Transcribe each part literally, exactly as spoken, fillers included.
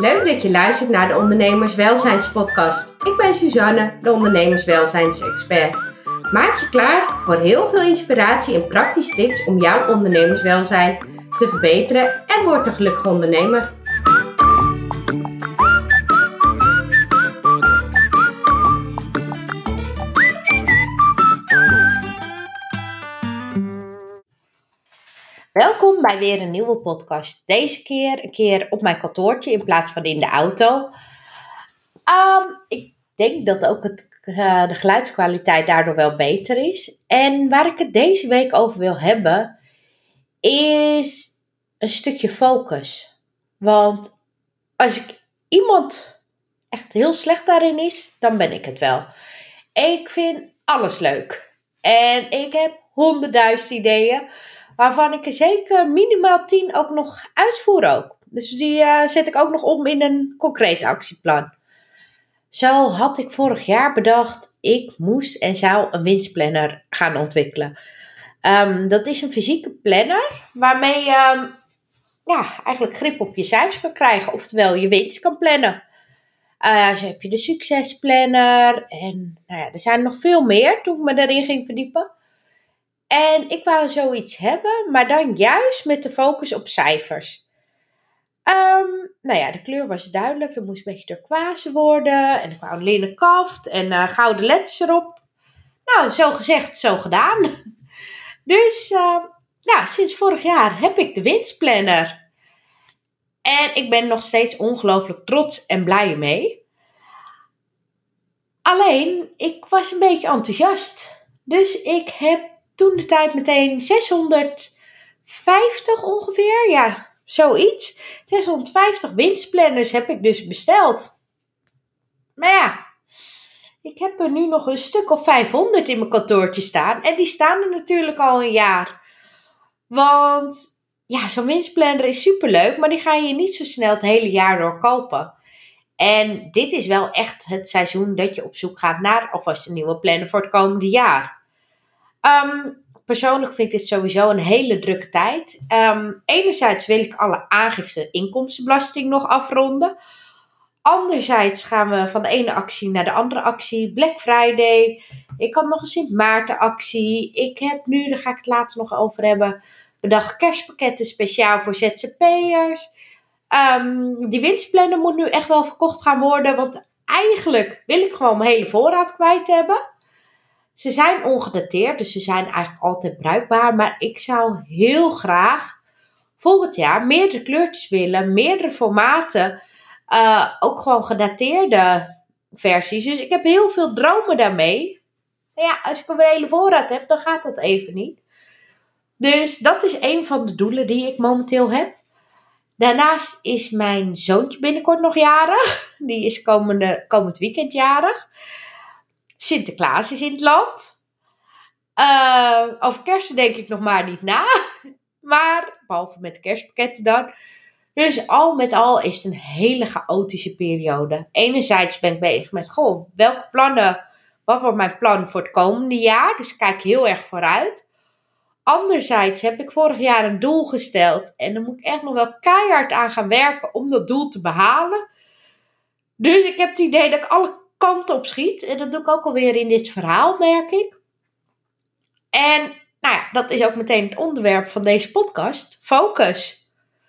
Leuk dat je luistert naar de Ondernemerswelzijnspodcast. Ik ben Suzanne, de ondernemerswelzijnsexpert. Maak je klaar voor heel veel inspiratie en praktische tips om jouw ondernemerswelzijn te verbeteren en word een gelukkige ondernemer. Welkom bij weer een nieuwe podcast. Deze keer een keer op mijn kantoortje in plaats van in de auto. Um, ik denk dat ook het, uh, de geluidskwaliteit daardoor wel beter is. En waar ik het deze week over wil hebben, is een stukje focus. Want als ik iemand echt heel slecht daarin is, dan ben ik het wel. Ik vind alles leuk. En ik heb honderdduizend ideeën, waarvan ik er zeker minimaal tien ook nog uitvoer ook. Dus die uh, zet ik ook nog om in een concreet actieplan. Zo had ik vorig jaar bedacht, ik moest en zou een winstplanner gaan ontwikkelen. Um, dat is een fysieke planner waarmee je um, ja, eigenlijk grip op je cijfers kan krijgen. Oftewel je winst kan plannen. Uh, zo heb je de succesplanner en nou ja, er zijn nog veel meer toen ik me daarin ging verdiepen. En ik wou zoiets hebben, maar dan juist met de focus op cijfers. Um, nou ja, de kleur was duidelijk. Er moest een beetje turquoise worden. En ik wou een linnen kaft en uh, gouden letters erop. Nou, zo gezegd, zo gedaan. Dus uh, ja, sinds vorig jaar heb ik de winstplanner. En ik ben nog steeds ongelooflijk trots en blij mee. Alleen, ik was een beetje enthousiast. Dus ik heb toen de tijd meteen zeshonderdvijftig ongeveer, ja, zoiets. zeshonderdvijftig winstplanners heb ik dus besteld. Maar ja, ik heb er nu nog een stuk of vijfhonderd in mijn kantoortje staan. En die staan er natuurlijk al een jaar. Want ja, zo'n winstplanner is superleuk, maar die ga je niet zo snel het hele jaar door kopen. En dit is wel echt het seizoen dat je op zoek gaat naar alvast een nieuwe planner voor het komende jaar. Um, persoonlijk vind ik dit sowieso een hele drukke tijd. Um, enerzijds wil ik alle aangifte inkomstenbelasting nog afronden. Anderzijds gaan we van de ene actie naar de andere actie. Black Friday. Ik had nog een Sint Maarten actie. Ik heb nu, daar ga ik het later nog over hebben, bedacht kerstpakketten speciaal voor Z Z P'ers. Um, die winstplanner moet nu echt wel verkocht gaan worden. Want eigenlijk wil ik gewoon mijn hele voorraad kwijt hebben. Ze zijn ongedateerd, dus ze zijn eigenlijk altijd bruikbaar. Maar ik zou heel graag volgend jaar meerdere kleurtjes willen, meerdere formaten. Uh, ook gewoon gedateerde versies. Dus ik heb heel veel dromen daarmee. Maar ja, als ik een hele voorraad heb, dan gaat dat even niet. Dus dat is een van de doelen die ik momenteel heb. Daarnaast is mijn zoontje binnenkort nog jarig. Die is komende, komend weekend jarig. Sinterklaas is in het land. Uh, over kerst denk ik nog maar niet na. Maar, behalve met de kerstpakketten dan. Dus al met al is het een hele chaotische periode. Enerzijds ben ik bezig met, goh, welke plannen, wat wordt mijn plan voor het komende jaar? Dus ik kijk heel erg vooruit. Anderzijds heb ik vorig jaar een doel gesteld. En dan moet ik echt nog wel keihard aan gaan werken om dat doel te behalen. Dus ik heb het idee dat ik alle kanten op schiet. En dat doe ik ook alweer in dit verhaal, merk ik. En nou ja, dat is ook meteen het onderwerp van deze podcast. Focus.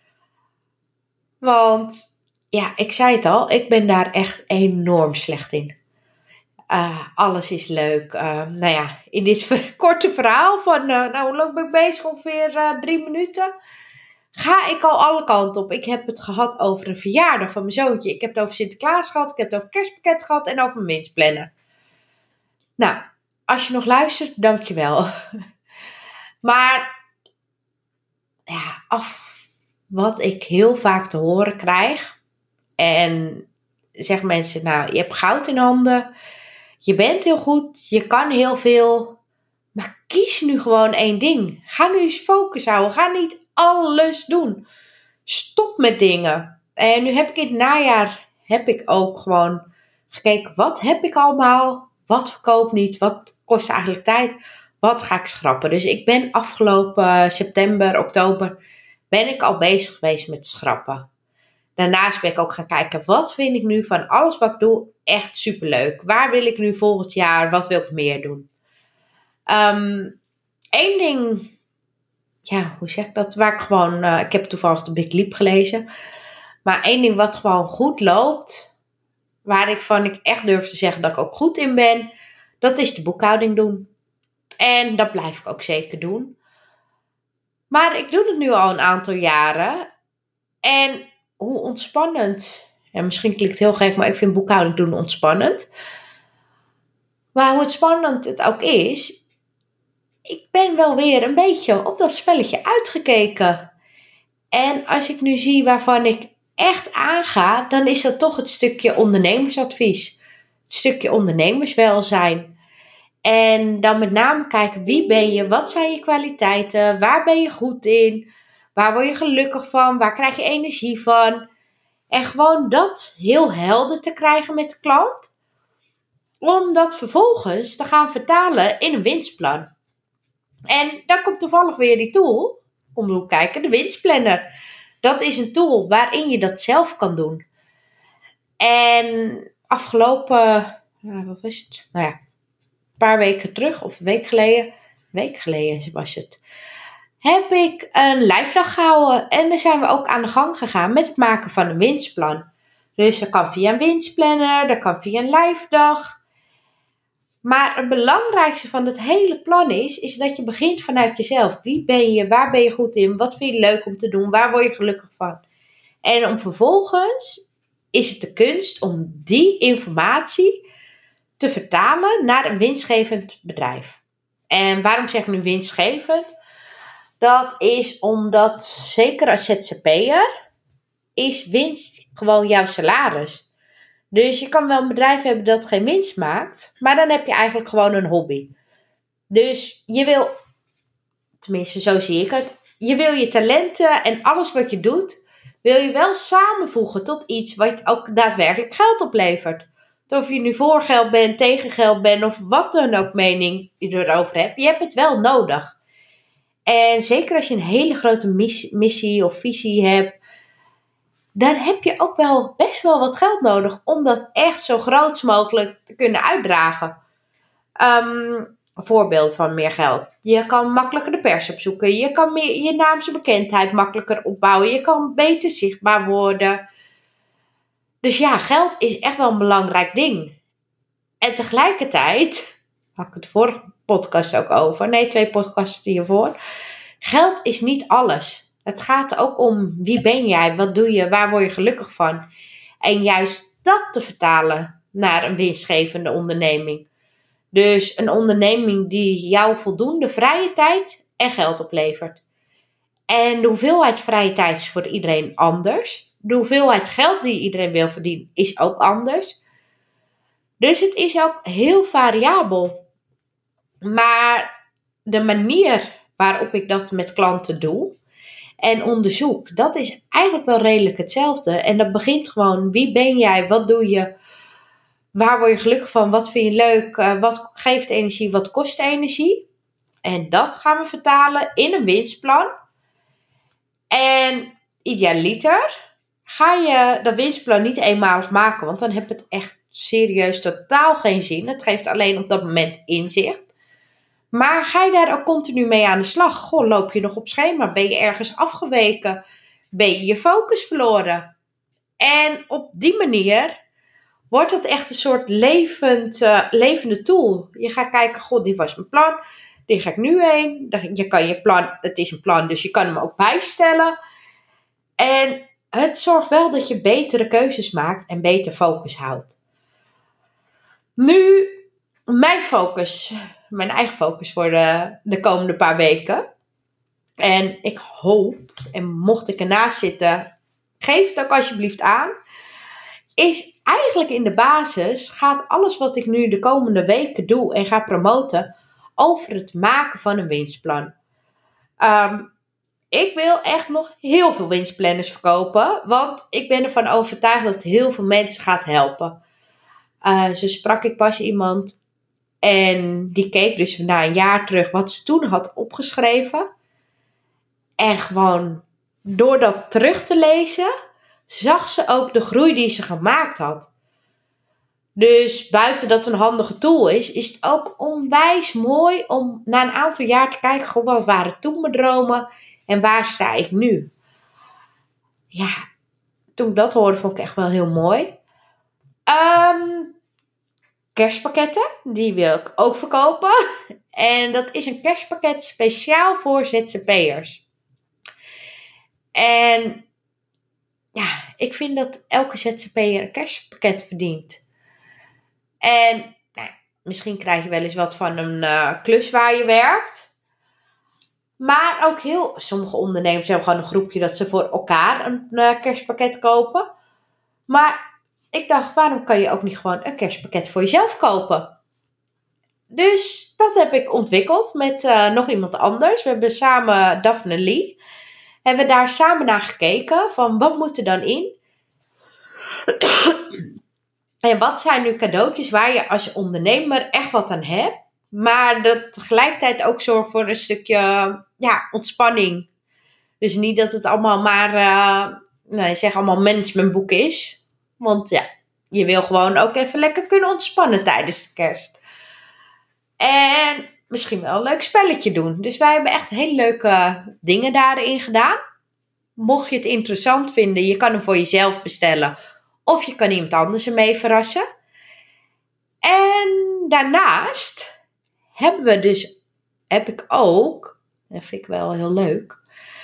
Want ja, ik zei het al, ik ben daar echt enorm slecht in. Uh, alles is leuk. Uh, nou ja, in dit ver- korte verhaal van, uh, nou hoe lang ben ik bezig? Ongeveer uh, drie minuten. Ga ik al alle kanten op. Ik heb het gehad over een verjaardag van mijn zoontje. Ik heb het over Sinterklaas gehad. Ik heb het over kerstpakket gehad. En over mijn winstplanner. Nou, als je nog luistert, dankjewel. Maar, ja, af wat ik heel vaak te horen krijg. En zeggen mensen, nou, je hebt goud in handen. Je bent heel goed. Je kan heel veel. Maar kies nu gewoon één ding. Ga nu eens focus houden. Ga niet alles doen. Stop met dingen. En nu heb ik in het najaar heb ik ook gewoon gekeken. Wat heb ik allemaal? Wat verkoopt niet? Wat kost eigenlijk tijd? Wat ga ik schrappen? Dus ik ben afgelopen september, oktober ben ik al bezig geweest met schrappen. Daarnaast ben ik ook gaan kijken, wat vind ik nu van alles wat ik doe echt superleuk? Waar wil ik nu volgend jaar, wat wil ik meer doen? Um, Eén ding, ja, hoe zeg ik dat? Waar ik gewoon, uh, ik heb toevallig de Big Leap gelezen. Maar één ding wat gewoon goed loopt, waar ik van ik echt durf te zeggen dat ik ook goed in ben, dat is de boekhouding doen. En dat blijf ik ook zeker doen. Maar ik doe het nu al een aantal jaren. En hoe ontspannend, en misschien klinkt het heel gek, maar ik vind boekhouding doen ontspannend. Maar hoe ontspannend het ook is, ik ben wel weer een beetje op dat spelletje uitgekeken. En als ik nu zie waarvan ik echt aanga, dan is dat toch het stukje ondernemersadvies. Het stukje ondernemerswelzijn. En dan met name kijken, wie ben je, wat zijn je kwaliteiten, waar ben je goed in, waar word je gelukkig van, waar krijg je energie van. En gewoon dat heel helder te krijgen met de klant. Om dat vervolgens te gaan vertalen in een winstplan. En daar komt toevallig weer die tool, om de hoek kijken, de winstplanner. Dat is een tool waarin je dat zelf kan doen. En afgelopen, wat was het? Nou ja, een paar weken terug, of een week geleden, een week geleden was het, heb ik een live dag gehouden. En dan zijn we ook aan de gang gegaan met het maken van een winstplan. Dus dat kan via een winstplanner, dat kan via een live dag. Maar het belangrijkste van het hele plan is, is dat je begint vanuit jezelf. Wie ben je? Waar ben je goed in? Wat vind je leuk om te doen? Waar word je gelukkig van? En om vervolgens is het de kunst om die informatie te vertalen naar een winstgevend bedrijf. En waarom zeg ik nu winstgevend? Dat is omdat, zeker als Z Z P'er, is winst gewoon jouw salaris. Dus je kan wel een bedrijf hebben dat geen winst maakt, maar dan heb je eigenlijk gewoon een hobby. Dus je wil, tenminste zo zie ik het, je wil je talenten en alles wat je doet, wil je wel samenvoegen tot iets wat ook daadwerkelijk geld oplevert. Dus of je nu voor geld bent, tegen geld bent of wat dan ook mening je erover hebt, je hebt het wel nodig. En zeker als je een hele grote missie of visie hebt, dan heb je ook wel best wel wat geld nodig om dat echt zo groot mogelijk te kunnen uitdragen. Um, een voorbeeld van meer geld. Je kan makkelijker de pers opzoeken. Je kan meer, je naamse bekendheid makkelijker opbouwen. Je kan beter zichtbaar worden. Dus ja, geld is echt wel een belangrijk ding. En tegelijkertijd, had ik het vorige podcast ook over. Nee, twee podcasts hiervoor. Geld is niet alles. Het gaat ook om wie ben jij, wat doe je, waar word je gelukkig van. En juist dat te vertalen naar een winstgevende onderneming. Dus een onderneming die jou voldoende vrije tijd en geld oplevert. En de hoeveelheid vrije tijd is voor iedereen anders. De hoeveelheid geld die iedereen wil verdienen is ook anders. Dus het is ook heel variabel. Maar de manier waarop ik dat met klanten doe en onderzoek, dat is eigenlijk wel redelijk hetzelfde. En dat begint gewoon, wie ben jij, wat doe je, waar word je gelukkig van, wat vind je leuk, uh, wat geeft energie, wat kost energie. En dat gaan we vertalen in een winstplan. En idealiter ga je dat winstplan niet eenmalig maken, want dan heb je het echt serieus totaal geen zin. Het geeft alleen op dat moment inzicht. Maar ga je daar ook continu mee aan de slag? Goh, loop je nog op schema? Ben je ergens afgeweken? Ben je je focus verloren? En op die manier wordt het echt een soort levend, uh, levende tool. Je gaat kijken, god, dit was mijn plan. Die ga ik nu heen. Je kan je plan, het is een plan, dus je kan hem ook bijstellen. En het zorgt wel dat je betere keuzes maakt en beter focus houdt. Nu, mijn focus, mijn eigen focus voor de, de komende paar weken. En ik hoop, en mocht ik ernaast zitten, geef het ook alsjeblieft aan. Is eigenlijk in de basis, gaat alles wat ik nu de komende weken doe en ga promoten, over het maken van een winstplan. Um, ik wil echt nog heel veel winstplanners verkopen, want ik ben ervan overtuigd dat het heel veel mensen gaat helpen. Uh, zo sprak ik pas iemand en die keek dus na een jaar terug wat ze toen had opgeschreven. En gewoon door dat terug te lezen, zag ze ook de groei die ze gemaakt had. Dus buiten dat het een handige tool is, is het ook onwijs mooi om na een aantal jaar te kijken, goh, wat waren toen mijn dromen en waar sta ik nu? Ja, toen ik dat hoorde, vond ik echt wel heel mooi. Um, kerstpakketten, die wil ik ook verkopen. En dat is een kerstpakket speciaal voor Z Z P'ers. En ja, ik vind dat elke Z Z P'er een kerstpakket verdient. En nou, misschien krijg je wel eens wat van een uh, klus waar je werkt. Maar ook heel, sommige ondernemers hebben gewoon een groepje dat ze voor elkaar een uh, kerstpakket kopen. Maar ik dacht, waarom kan je ook niet gewoon een kerstpakket voor jezelf kopen? Dus dat heb ik ontwikkeld met uh, nog iemand anders. We hebben samen, Daphne Lee, hebben we daar samen naar gekeken van wat moet er dan in? En wat zijn nu cadeautjes waar je als ondernemer echt wat aan hebt, maar dat tegelijkertijd ook zorgt voor een stukje ja, ontspanning. Dus niet dat het allemaal maar, uh, nou, zeg allemaal managementboek is. Want ja, je wil gewoon ook even lekker kunnen ontspannen tijdens de kerst. En misschien wel een leuk spelletje doen. Dus wij hebben echt hele leuke dingen daarin gedaan. Mocht je het interessant vinden, je kan hem voor jezelf bestellen. Of je kan iemand anders ermee verrassen. En daarnaast hebben we dus, heb ik ook, dat vind ik wel heel leuk,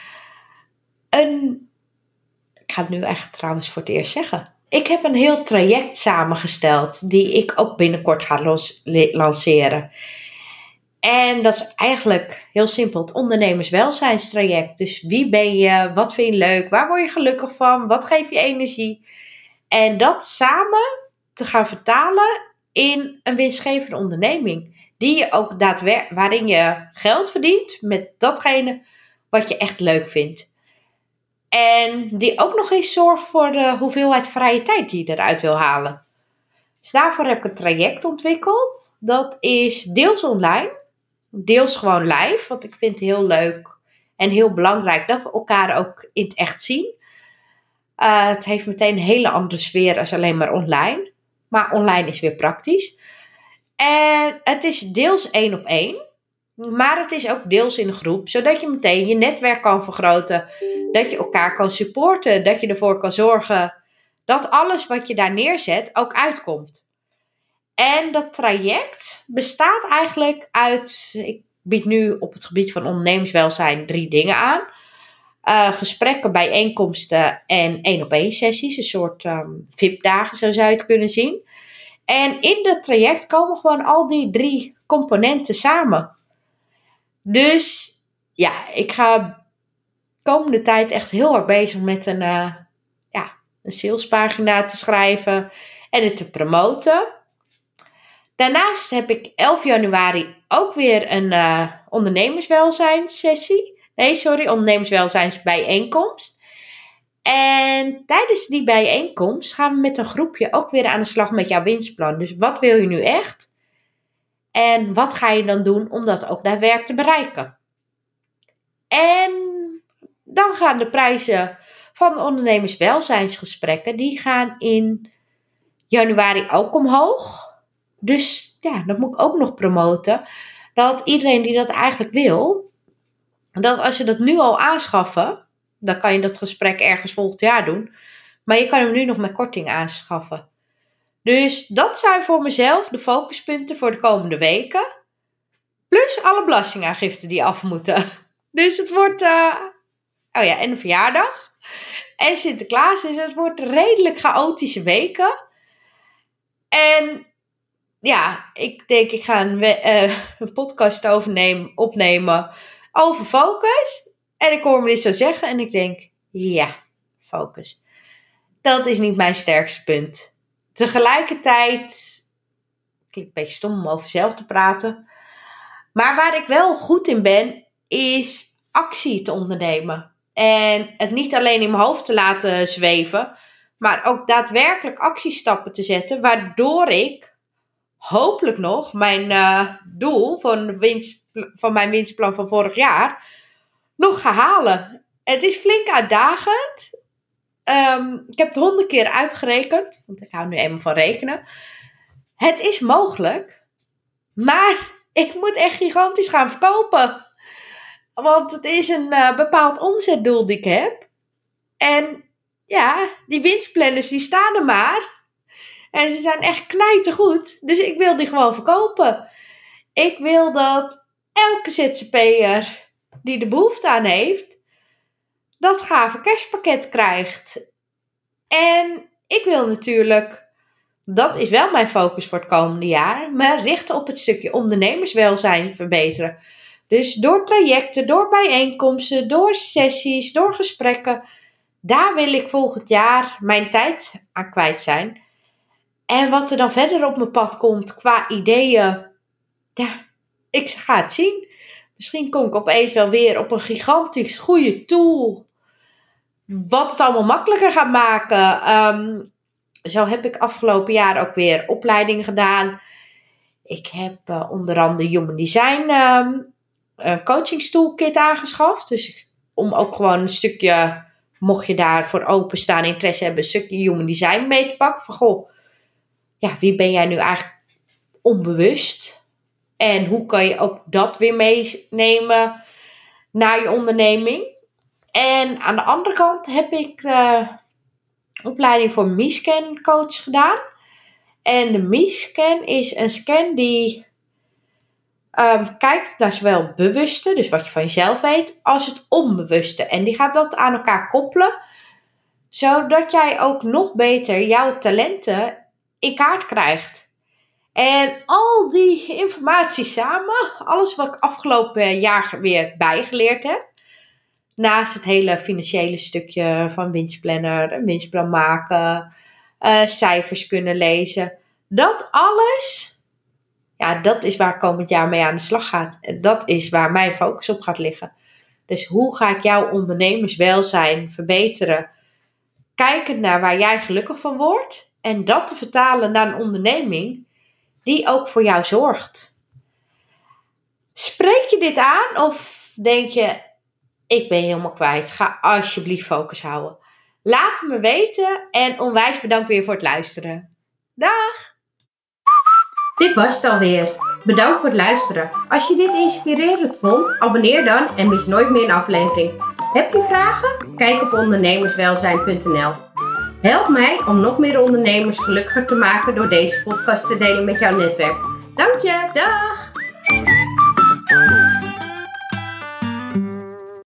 een, ik ga het nu echt trouwens voor het eerst zeggen. Ik heb een heel traject samengesteld die ik ook binnenkort ga los, lanceren. En dat is eigenlijk heel simpel, het ondernemerswelzijnstraject. Dus wie ben je, wat vind je leuk, waar word je gelukkig van, wat geeft je energie? En dat samen te gaan vertalen in een winstgevende onderneming. Die je ook daadwerkelijk, waarin je geld verdient met datgene wat je echt leuk vindt. En die ook nog eens zorgt voor de hoeveelheid vrije tijd die je eruit wil halen. Dus daarvoor heb ik een traject ontwikkeld. Dat is deels online, deels gewoon live. Want ik vind het heel leuk en heel belangrijk dat we elkaar ook in het echt zien. Uh, het heeft meteen een hele andere sfeer als alleen maar online. Maar online is weer praktisch. En het is deels één op één. Maar het is ook deels in een groep. Zodat je meteen je netwerk kan vergroten. Dat je elkaar kan supporten. Dat je ervoor kan zorgen dat alles wat je daar neerzet ook uitkomt. En dat traject bestaat eigenlijk uit... Ik bied nu op het gebied van ondernemerswelzijn drie dingen aan. Uh, gesprekken, bijeenkomsten en één op één sessies. Een soort um, V I P-dagen, zo zou je het kunnen zien. En in dat traject komen gewoon al die drie componenten samen. Dus ja, ik ga de komende tijd echt heel erg bezig met een, uh, ja, een salespagina te schrijven en het te promoten. Daarnaast heb ik elf januari ook weer een uh, ondernemerswelzijnssessie. Nee, sorry, ondernemerswelzijnsbijeenkomst. En tijdens die bijeenkomst gaan we met een groepje ook weer aan de slag met jouw winstplan. Dus wat wil je nu echt? En wat ga je dan doen om dat ook daadwerkelijk te bereiken? En dan gaan de prijzen van de ondernemerswelzijnsgesprekken, die gaan in januari ook omhoog. Dus ja, dat moet ik ook nog promoten. Dat iedereen die dat eigenlijk wil, dat als je dat nu al aanschaffen, dan kan je dat gesprek ergens volgend jaar doen. Maar je kan hem nu nog met korting aanschaffen. Dus dat zijn voor mezelf de focuspunten voor de komende weken. Plus alle belastingaangiften die af moeten. Dus het wordt, uh, oh ja, en een verjaardag. En Sinterklaas, dus het wordt redelijk chaotische weken. En ja, ik denk ik ga een, uh, een podcast overnemen, opnemen over focus. En ik hoor me dit zo zeggen en ik denk, ja, focus. Dat is niet mijn sterkste punt. Tegelijkertijd, klinkt een beetje stom om over zelf te praten. Maar waar ik wel goed in ben, is actie te ondernemen. En het niet alleen in mijn hoofd te laten zweven, maar ook daadwerkelijk actiestappen te zetten. Waardoor ik hopelijk nog mijn uh, doel van, de winst, van mijn winstplan van vorig jaar nog ga halen. Het is flink uitdagend. Um, ik heb het honderd keer uitgerekend, want ik hou nu eenmaal van rekenen. Het is mogelijk, maar ik moet echt gigantisch gaan verkopen. Want het is een uh, bepaald omzetdoel die ik heb. En ja, die winstplanners die staan er maar. En ze zijn echt knijtergoed. Dus ik wil die gewoon verkopen. Ik wil dat elke Z Z P'er die de behoefte aan heeft, dat gave kerstpakket krijgt. En ik wil natuurlijk, dat is wel mijn focus voor het komende jaar, me richten op het stukje ondernemerswelzijn verbeteren. Dus door trajecten, door bijeenkomsten, door sessies, door gesprekken. Daar wil ik volgend jaar mijn tijd aan kwijt zijn. En wat er dan verder op mijn pad komt qua ideeën, ja, ik ga het zien. Misschien kom ik opeens wel weer op een gigantisch goede tool, wat het allemaal makkelijker gaat maken. Um, zo heb ik afgelopen jaar ook weer opleidingen gedaan. Ik heb uh, onder andere Human Design um, een coachingstoolkit aangeschaft. Dus om ook gewoon een stukje, mocht je daarvoor openstaan, interesse hebben, een stukje Human Design mee te pakken. Van goh, ja, wie ben jij nu eigenlijk onbewust? En hoe kan je ook dat weer meenemen naar je onderneming? En aan de andere kant heb ik de opleiding voor MiScan coach gedaan. En de MiScan is een scan die um, kijkt naar zowel bewuste, dus wat je van jezelf weet, als het onbewuste. En die gaat dat aan elkaar koppelen, zodat jij ook nog beter jouw talenten in kaart krijgt. En al die informatie samen, alles wat ik afgelopen jaar weer bijgeleerd heb, naast het hele financiële stukje van winstplanner, een winstplan maken, uh, cijfers kunnen lezen. Dat alles, ja, dat is waar ik komend jaar mee aan de slag ga. En dat is waar mijn focus op gaat liggen. Dus hoe ga ik jouw ondernemerswelzijn verbeteren? Kijkend naar waar jij gelukkig van wordt. En dat te vertalen naar een onderneming die ook voor jou zorgt. Spreek je dit aan of denk je, ik ben helemaal kwijt. Ga alsjeblieft focus houden. Laat het me weten en onwijs bedankt weer voor het luisteren. Dag! Dit was het alweer. Bedankt voor het luisteren. Als je dit inspirerend vond, abonneer dan en mis nooit meer een aflevering. Heb je vragen? Kijk op ondernemerswelzijn punt n l. Help mij om nog meer ondernemers gelukkiger te maken door deze podcast te delen met jouw netwerk. Dank je, dag!